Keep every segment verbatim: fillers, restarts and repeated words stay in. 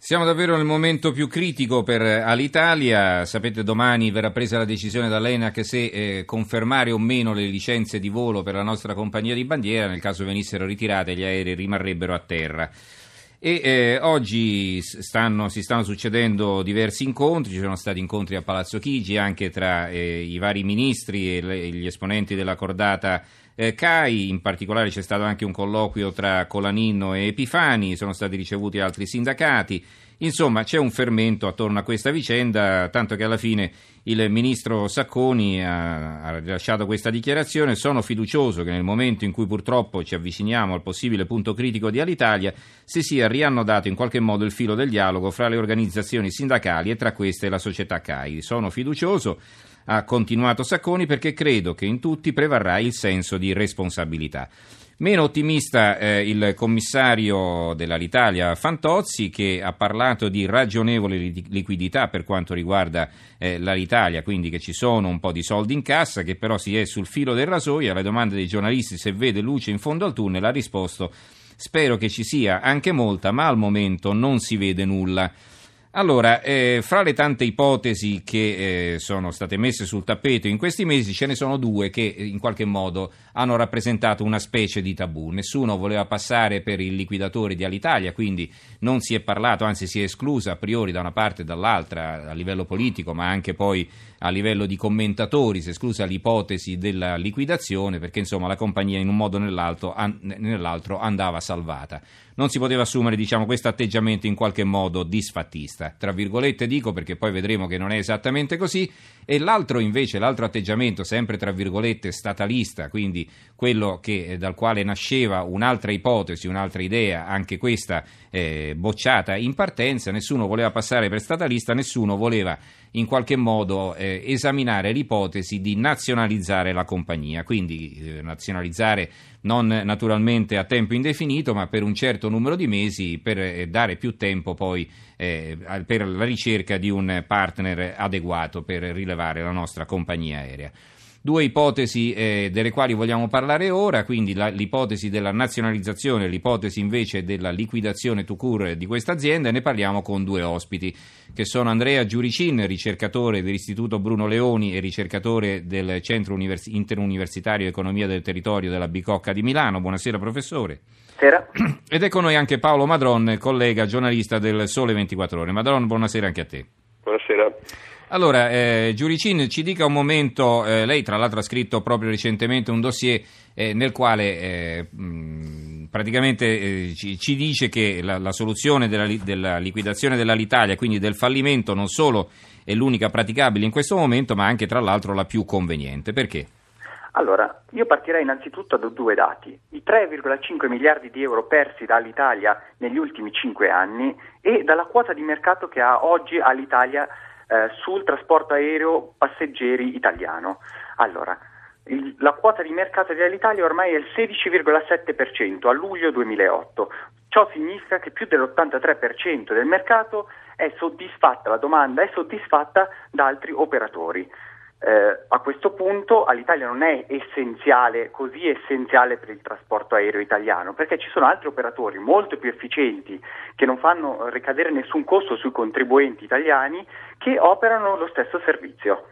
Siamo davvero nel momento più critico per Alitalia. Sapete, domani verrà presa la decisione dall'ENAC se eh, confermare o meno le licenze di volo per la nostra compagnia di bandiera. Nel caso venissero ritirate, gli aerei rimarrebbero a terra. E eh, oggi stanno, si stanno succedendo diversi incontri, ci sono stati incontri a Palazzo Chigi anche tra eh, i vari ministri e le, gli esponenti della cordata eh, C A I, in particolare c'è stato anche un colloquio tra Colaninno e Epifani, sono stati ricevuti altri sindacati. Insomma, c'è un fermento attorno a questa vicenda, tanto che alla fine il ministro Sacconi ha, ha rilasciato questa dichiarazione: sono fiducioso che nel momento in cui purtroppo ci avviciniamo al possibile punto critico di Alitalia si sia riannodato in qualche modo il filo del dialogo fra le organizzazioni sindacali e tra queste la società C A I. Sono fiducioso, ha continuato Sacconi, perché credo che in tutti prevarrà il senso di responsabilità. Meno ottimista eh, il commissario dell'Alitalia Fantozzi, che ha parlato di ragionevole liquidità per quanto riguarda eh, l'Alitalia, quindi che ci sono un po' di soldi in cassa, che però si è sul filo del rasoio. Alle domande dei giornalisti se vede luce in fondo al tunnel ha risposto: spero che ci sia anche molta, ma al momento non si vede nulla. Allora, eh, fra le tante ipotesi che eh, sono state messe sul tappeto in questi mesi, ce ne sono due che eh, in qualche modo hanno rappresentato una specie di tabù. Nessuno voleva passare per il liquidatore di Alitalia, quindi non si è parlato, anzi si è esclusa a priori da una parte e dall'altra a livello politico, ma anche poi a livello di commentatori, si è esclusa l'ipotesi della liquidazione, perché insomma la compagnia in un modo o nell'altro, an- nell'altro andava salvata. Non si poteva assumere, diciamo, questo atteggiamento in qualche modo disfattista, tra virgolette dico, perché poi vedremo che non è esattamente così. E l'altro invece, l'altro atteggiamento, sempre tra virgolette statalista, quindi quello che, dal quale nasceva un'altra ipotesi, un'altra idea, anche questa eh, bocciata in partenza. Nessuno voleva passare per statalista, nessuno voleva in qualche modo eh, esaminare l'ipotesi di nazionalizzare la compagnia, quindi eh, nazionalizzare non naturalmente a tempo indefinito, ma per un certo numero di mesi, per eh, dare più tempo poi eh, per la ricerca di un partner adeguato per rilevare la nostra compagnia aerea. Due ipotesi eh, delle quali vogliamo parlare ora, quindi la, l'ipotesi della nazionalizzazione, l'ipotesi invece della liquidazione tout court di questa azienda, e ne parliamo con due ospiti, che sono Andrea Giuricin, ricercatore dell'Istituto Bruno Leoni e ricercatore del Centro Univers- Interuniversitario Economia del Territorio della Bicocca di Milano. Buonasera professore. Buonasera. Ed è con noi anche Paolo Madron, collega giornalista del Sole ventiquattro Ore. Madron, buonasera anche a te. Buonasera. Allora, eh, Giuricin, ci dica un momento, eh, lei tra l'altro ha scritto proprio recentemente un dossier eh, nel quale eh, mh, praticamente eh, ci, ci dice che la, la soluzione della, della liquidazione dell'Alitalia, quindi del fallimento, non solo è l'unica praticabile in questo momento, ma anche tra l'altro la più conveniente. Perché? Allora, io partirei innanzitutto da due dati: i tre virgola cinque miliardi di euro persi dall'Italia negli ultimi cinque anni e dalla quota di mercato che ha oggi Alitalia Eh, sul trasporto aereo passeggeri italiano. Allora, il, la quota di mercato dell'Italia ormai è il sedici virgola sette per cento a luglio duemilaotto. Ciò significa che più dell'ottantatré per cento del mercato è soddisfatta, la domanda è soddisfatta da altri operatori. Eh, a questo punto Alitalia non è essenziale, così essenziale per il trasporto aereo italiano, perché ci sono altri operatori molto più efficienti che non fanno ricadere nessun costo sui contribuenti italiani, che operano lo stesso servizio.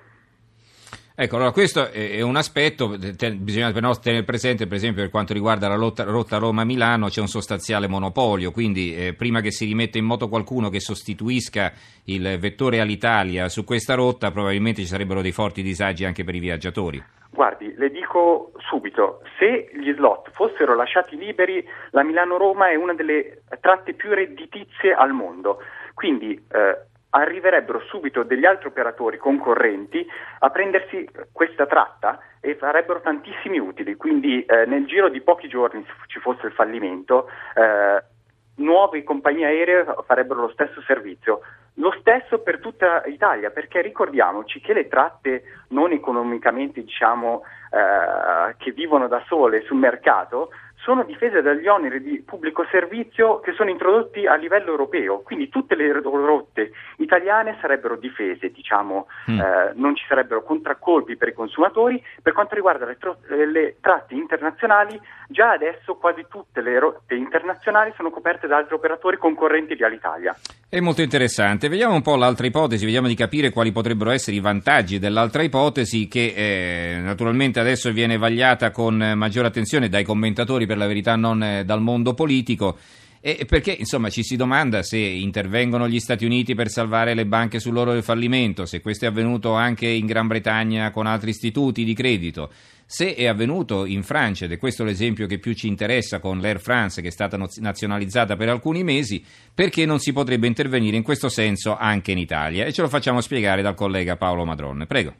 Ecco, allora questo è un aspetto, bisogna però tenere presente, per esempio per quanto riguarda la rotta, rotta Roma-Milano c'è un sostanziale monopolio, quindi eh, prima che si rimetta in moto qualcuno che sostituisca il vettore Alitalia su questa rotta, probabilmente ci sarebbero dei forti disagi anche per i viaggiatori. Guardi, le dico subito, se gli slot fossero lasciati liberi, la Milano-Roma è una delle tratte più redditizie al mondo, quindi eh, arriverebbero subito degli altri operatori concorrenti a prendersi questa tratta e farebbero tantissimi utili, quindi eh, nel giro di pochi giorni, se ci fosse il fallimento, eh, nuove compagnie aeree farebbero lo stesso servizio. Lo stesso per tutta Italia, perché ricordiamoci che le tratte non economicamente, diciamo, eh, che vivono da sole sul mercato, sono difese dagli oneri di pubblico servizio che sono introdotti a livello europeo, quindi tutte le rotte italiane sarebbero difese, diciamo, mm. eh, non ci sarebbero contraccolpi per i consumatori. Per quanto riguarda le, tro- le tratte internazionali, già adesso quasi tutte le rotte internazionali sono coperte da altri operatori concorrenti di Alitalia. È molto interessante. Vediamo un po' l'altra ipotesi, vediamo di capire quali potrebbero essere i vantaggi dell'altra ipotesi che eh, naturalmente adesso viene vagliata con maggiore attenzione dai commentatori, per la verità non eh, dal mondo politico, e perché insomma ci si domanda se intervengono gli Stati Uniti per salvare le banche sull'orlo del fallimento, se questo è avvenuto anche in Gran Bretagna con altri istituti di credito, se è avvenuto in Francia, ed è questo l'esempio che più ci interessa con l'Air France che è stata nazionalizzata per alcuni mesi, perché non si potrebbe intervenire in questo senso anche in Italia? E ce lo facciamo spiegare dal collega Paolo Madron. Prego.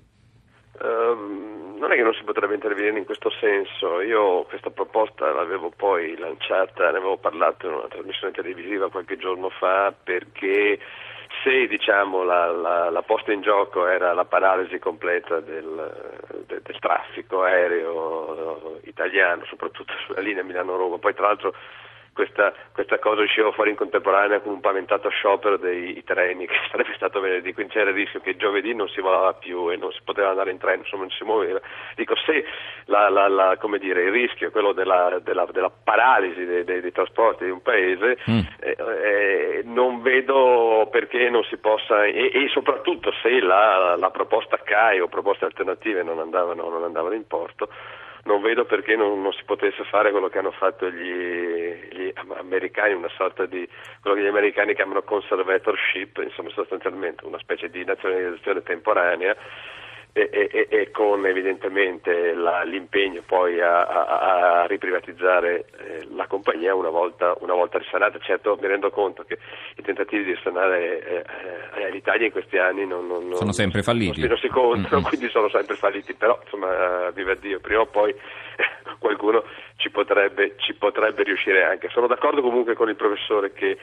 Um, non è che non si potrebbe intervenire in questo senso. Io questa proposta l'avevo poi lanciata, ne avevo parlato in una trasmissione televisiva qualche giorno fa, perché se diciamo la, la, la posta in gioco era la paralisi completa del, del, del traffico aereo italiano, soprattutto sulla linea Milano-Roma, poi tra l'altro questa, questa cosa usciva fuori in contemporanea con un paventato sciopero dei treni che sarebbe stato venerdì, quindi c'era il rischio che giovedì non si volava più e non si poteva andare in treno, insomma non si muoveva. Dico, se la, la, la, come dire, il rischio è quello della, della, della paralisi dei, dei, dei trasporti di un paese, mm. eh, eh, non vedo perché non si possa, e, e soprattutto se la, la proposta C A I o proposte alternative non andavano, non andavano in porto, non vedo perché non, non si potesse fare quello che hanno fatto gli, gli americani, una sorta di quello che gli americani chiamano conservatorship, insomma sostanzialmente una specie di nazionalizzazione temporanea e, e, e con evidentemente la, l'impegno poi a, a, a riprivatizzare eh, la compagnia una volta, una volta risanata. Certo, mi rendo conto che i tentativi di risanare eh, eh, l'Italia in questi anni non, non, sono sempre falliti, non, non si contano, mm-hmm. quindi sono sempre falliti, però insomma uh, viva Dio, prima o poi qualcuno ci potrebbe, ci potrebbe riuscire anche. Sono d'accordo comunque con il professore che,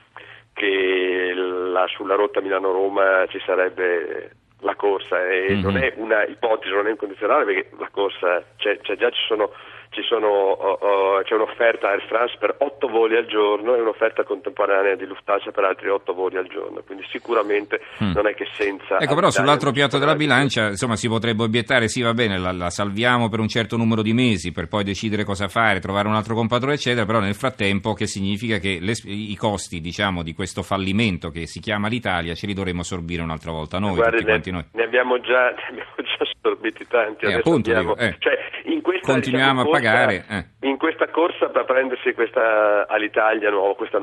che la, sulla rotta Milano-Roma ci sarebbe la corsa e mm-hmm. non è una ipotesi, non è un condizionale, perché la corsa c'è, c'è già ci sono ci sono oh, oh, c'è un'offerta Air France per otto voli al giorno e un'offerta contemporanea di Lufthansa per altri otto voli al giorno, quindi sicuramente mm. non è che senza. Ecco, però sull'altro piatto della bilancia insomma si potrebbe obiettare, sì va bene, la, la salviamo per un certo numero di mesi per poi decidere cosa fare, trovare un altro compratore eccetera, però nel frattempo che significa che le, i costi diciamo di questo fallimento che si chiama l'Italia ce li dovremo sorbire un'altra volta noi, Guardi, tutti ne, quanti noi. Ne abbiamo già, ne abbiamo già sorbiti tanti, eh, adesso appunto, abbiamo, dico, eh. cioè, in questa, continuiamo diciamo, a pagare corsa, eh. in questa corsa per prendersi questa all'Italia nuova, questa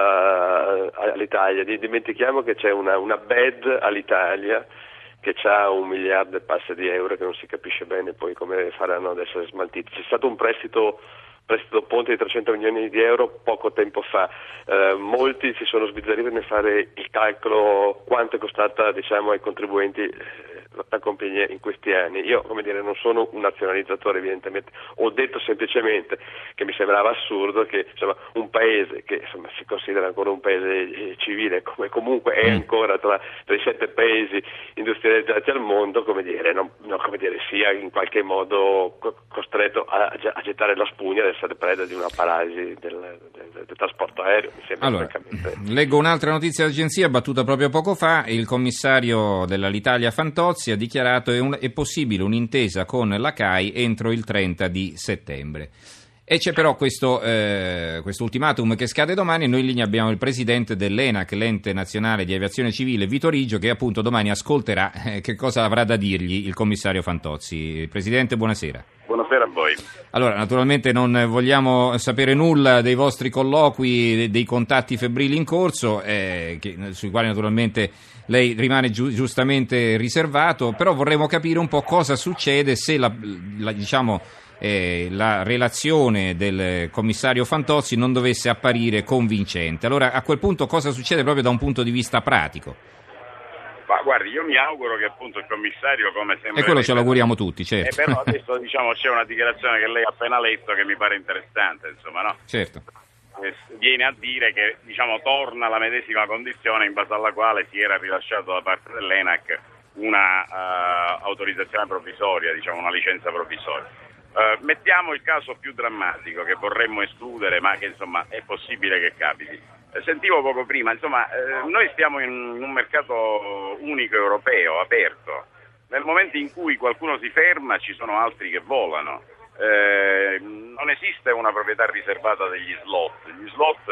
nuova all'Italia, dimentichiamo che c'è una, una bad all'Italia che ha un miliardo e passa di euro che non si capisce bene poi come faranno ad essere smaltiti. C'è stato un prestito prestito ponte di trecento milioni di euro poco tempo fa, eh, molti si sono sbizzarriti nel fare il calcolo quanto è costata diciamo ai contribuenti eh, la compagnia in questi anni. Io, come dire, non sono un nazionalizzatore evidentemente, ho detto semplicemente che mi sembrava assurdo che insomma un paese che insomma si considera ancora un paese eh, civile, come comunque è ancora tra, tra i sette paesi industrializzati al mondo, come dire, non, non, come dire sia in qualche modo co- costretto a, a gettare la spugna ad essere preda di una paralisi del, del, del trasporto aereo. Mi sembra allora, francamente. Leggo un'altra notizia d'agenzia battuta proprio poco fa. Il commissario dell'Alitalia Fantozzi ha dichiarato che è, un, è possibile un'intesa con la C A I entro il trenta di settembre. E c'è però questo, eh, questo ultimatum che scade domani e noi in linea abbiamo il presidente dell'ENAC, l'ente nazionale di aviazione civile, Vito Riggio, che appunto domani ascolterà eh, che cosa avrà da dirgli il commissario Fantozzi. Presidente, buonasera. Buonasera a voi. Allora, naturalmente non vogliamo sapere nulla dei vostri colloqui, dei contatti febbrili in corso, eh, che, sui quali naturalmente lei rimane giu- giustamente riservato, però vorremmo capire un po' cosa succede se la, la, diciamo, eh, la relazione del commissario Fantozzi non dovesse apparire convincente. Allora, a quel punto cosa succede proprio da un punto di vista pratico? Ma guardi, io mi auguro che appunto il commissario, come sembra... E quello ce l'auguriamo tutti, certo. Eh, però adesso diciamo c'è una dichiarazione che lei ha appena letto che mi pare interessante, insomma, no? Certo. Viene a dire che diciamo torna alla medesima condizione in base alla quale si era rilasciato da parte dell'ENAC una uh, autorizzazione provvisoria, diciamo una licenza provvisoria. Uh, mettiamo il caso più drammatico che vorremmo escludere, ma che insomma è possibile che capiti. Eh, sentivo poco prima, insomma, eh, noi stiamo in un mercato unico europeo, aperto. Nel momento in cui qualcuno si ferma, ci sono altri che volano. Eh, non esiste una proprietà riservata degli slot. Gli slot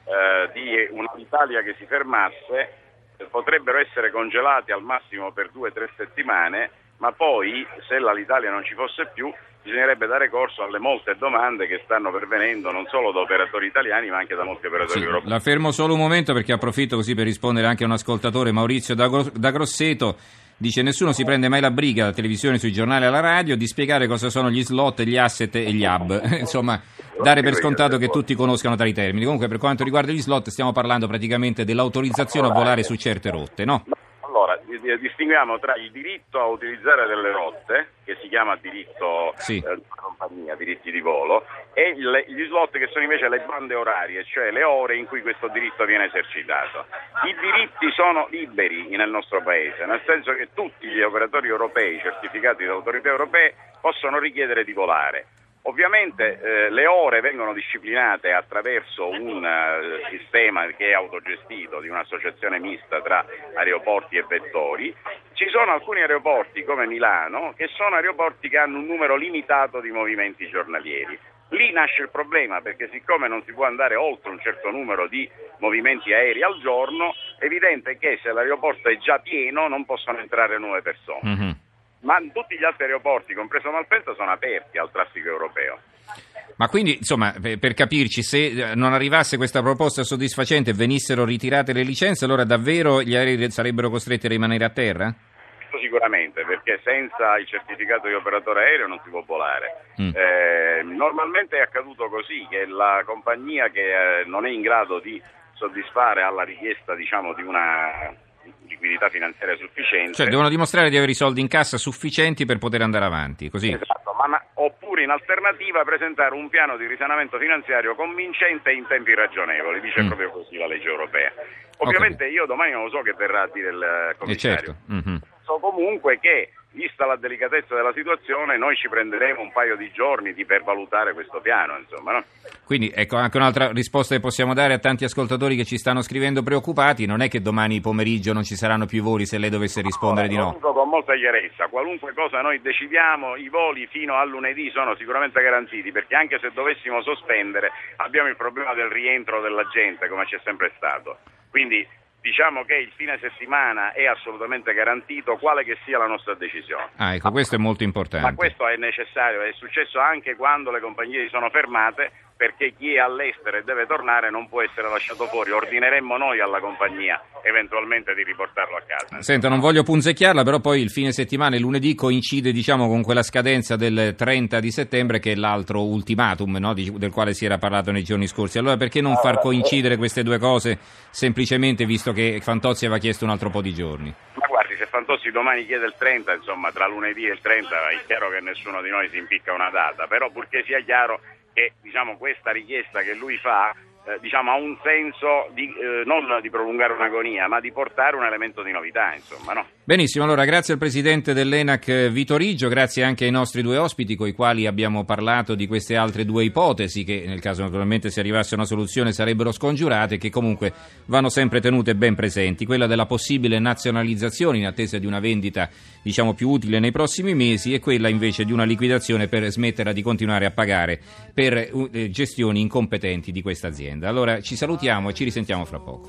eh, di un'Italia che si fermasse, potrebbero essere congelati al massimo per due o tre settimane, ma poi se l'Italia non ci fosse più bisognerebbe dare corso alle molte domande che stanno pervenendo non solo da operatori italiani ma anche da molti operatori sì, europei. La fermo solo un momento perché approfitto così per rispondere anche a un ascoltatore, Maurizio da, da Grosseto. Dice: nessuno si prende mai la briga, la televisione, sui giornali, alla radio, di spiegare cosa sono gli slot, gli asset e gli hub. Insomma, dare per scontato che tutti conoscano tali termini. Comunque, per quanto riguarda gli slot, stiamo parlando praticamente dell'autorizzazione a volare su certe rotte, no? Allora, distinguiamo tra il diritto a utilizzare delle rotte, che si chiama diritto sì. eh, di compagnia, diritti di volo, e il, gli slot che sono invece le bande orarie, cioè le ore in cui questo diritto viene esercitato. I diritti sono liberi nel nostro paese, nel senso che tutti gli operatori europei certificati da autorità europee possono richiedere di volare. Ovviamente eh, le ore vengono disciplinate attraverso un uh, sistema che è autogestito di un'associazione mista tra aeroporti e vettori. Ci sono alcuni aeroporti come Milano che sono aeroporti che hanno un numero limitato di movimenti giornalieri. Lì nasce il problema perché siccome non si può andare oltre un certo numero di movimenti aerei al giorno, è evidente che se l'aeroporto è già pieno non possono entrare nuove persone. Mm-hmm. Ma tutti gli altri aeroporti, compreso Malpensa, sono aperti al traffico europeo. Ma quindi, insomma, per capirci, se non arrivasse questa proposta soddisfacente e venissero ritirate le licenze, allora davvero gli aerei sarebbero costretti a rimanere a terra? Sicuramente, perché senza il certificato di operatore aereo non si può volare. Mm. Eh, normalmente è accaduto così, che la compagnia che eh, non è in grado di soddisfare alla richiesta, diciamo, di una liquidità finanziaria sufficiente. Cioè devono dimostrare di avere i soldi in cassa sufficienti per poter andare avanti, così? Esatto, ma, ma, oppure in alternativa presentare un piano di risanamento finanziario convincente in tempi ragionevoli, dice mm. proprio così la legge europea. Ovviamente okay. Io domani non lo so che verrà a dire il commissario. Eh certo. Mm-hmm. So comunque che, vista la delicatezza della situazione, noi ci prenderemo un paio di giorni di per valutare questo piano, insomma, no? Quindi ecco anche un'altra risposta che possiamo dare a tanti ascoltatori che ci stanno scrivendo preoccupati: non è che domani pomeriggio non ci saranno più voli se lei dovesse rispondere no, di no. Lo dico con molta chiarezza, qualunque cosa noi decidiamo, i voli fino a lunedì sono sicuramente garantiti, perché anche se dovessimo sospendere abbiamo il problema del rientro della gente, come c'è sempre stato. Quindi diciamo che il fine settimana è assolutamente garantito, quale che sia la nostra decisione. Ah, ecco, questo è molto importante. Ma questo è necessario, è successo anche quando le compagnie si sono fermate, perché chi è all'estero e deve tornare non può essere lasciato fuori. Ordineremmo noi alla compagnia eventualmente di riportarlo a casa. Senta, non voglio punzecchiarla, però poi il fine settimana, il lunedì, coincide diciamo con quella scadenza del trenta di settembre, che è l'altro ultimatum, no? del quale si era parlato nei giorni scorsi. Allora perché non far coincidere queste due cose, semplicemente visto che Fantozzi aveva chiesto un altro po' di giorni? Ma guardi, se Fantozzi domani chiede il trenta, insomma tra lunedì e il trenta è chiaro che nessuno di noi si impicca una data, però purché sia chiaro che diciamo questa richiesta che lui fa eh, diciamo ha un senso di, eh, non di prolungare un'agonia, ma di portare un elemento di novità, insomma, no? Benissimo, allora grazie al presidente dell'ENAC Vito Riggio, grazie anche ai nostri due ospiti con i quali abbiamo parlato di queste altre due ipotesi che nel caso naturalmente si arrivasse a una soluzione sarebbero scongiurate, che comunque vanno sempre tenute ben presenti: quella della possibile nazionalizzazione in attesa di una vendita diciamo più utile nei prossimi mesi, e quella invece di una liquidazione per smetterla di continuare a pagare per eh, gestioni incompetenti di questa azienda. Allora ci salutiamo e ci risentiamo fra poco.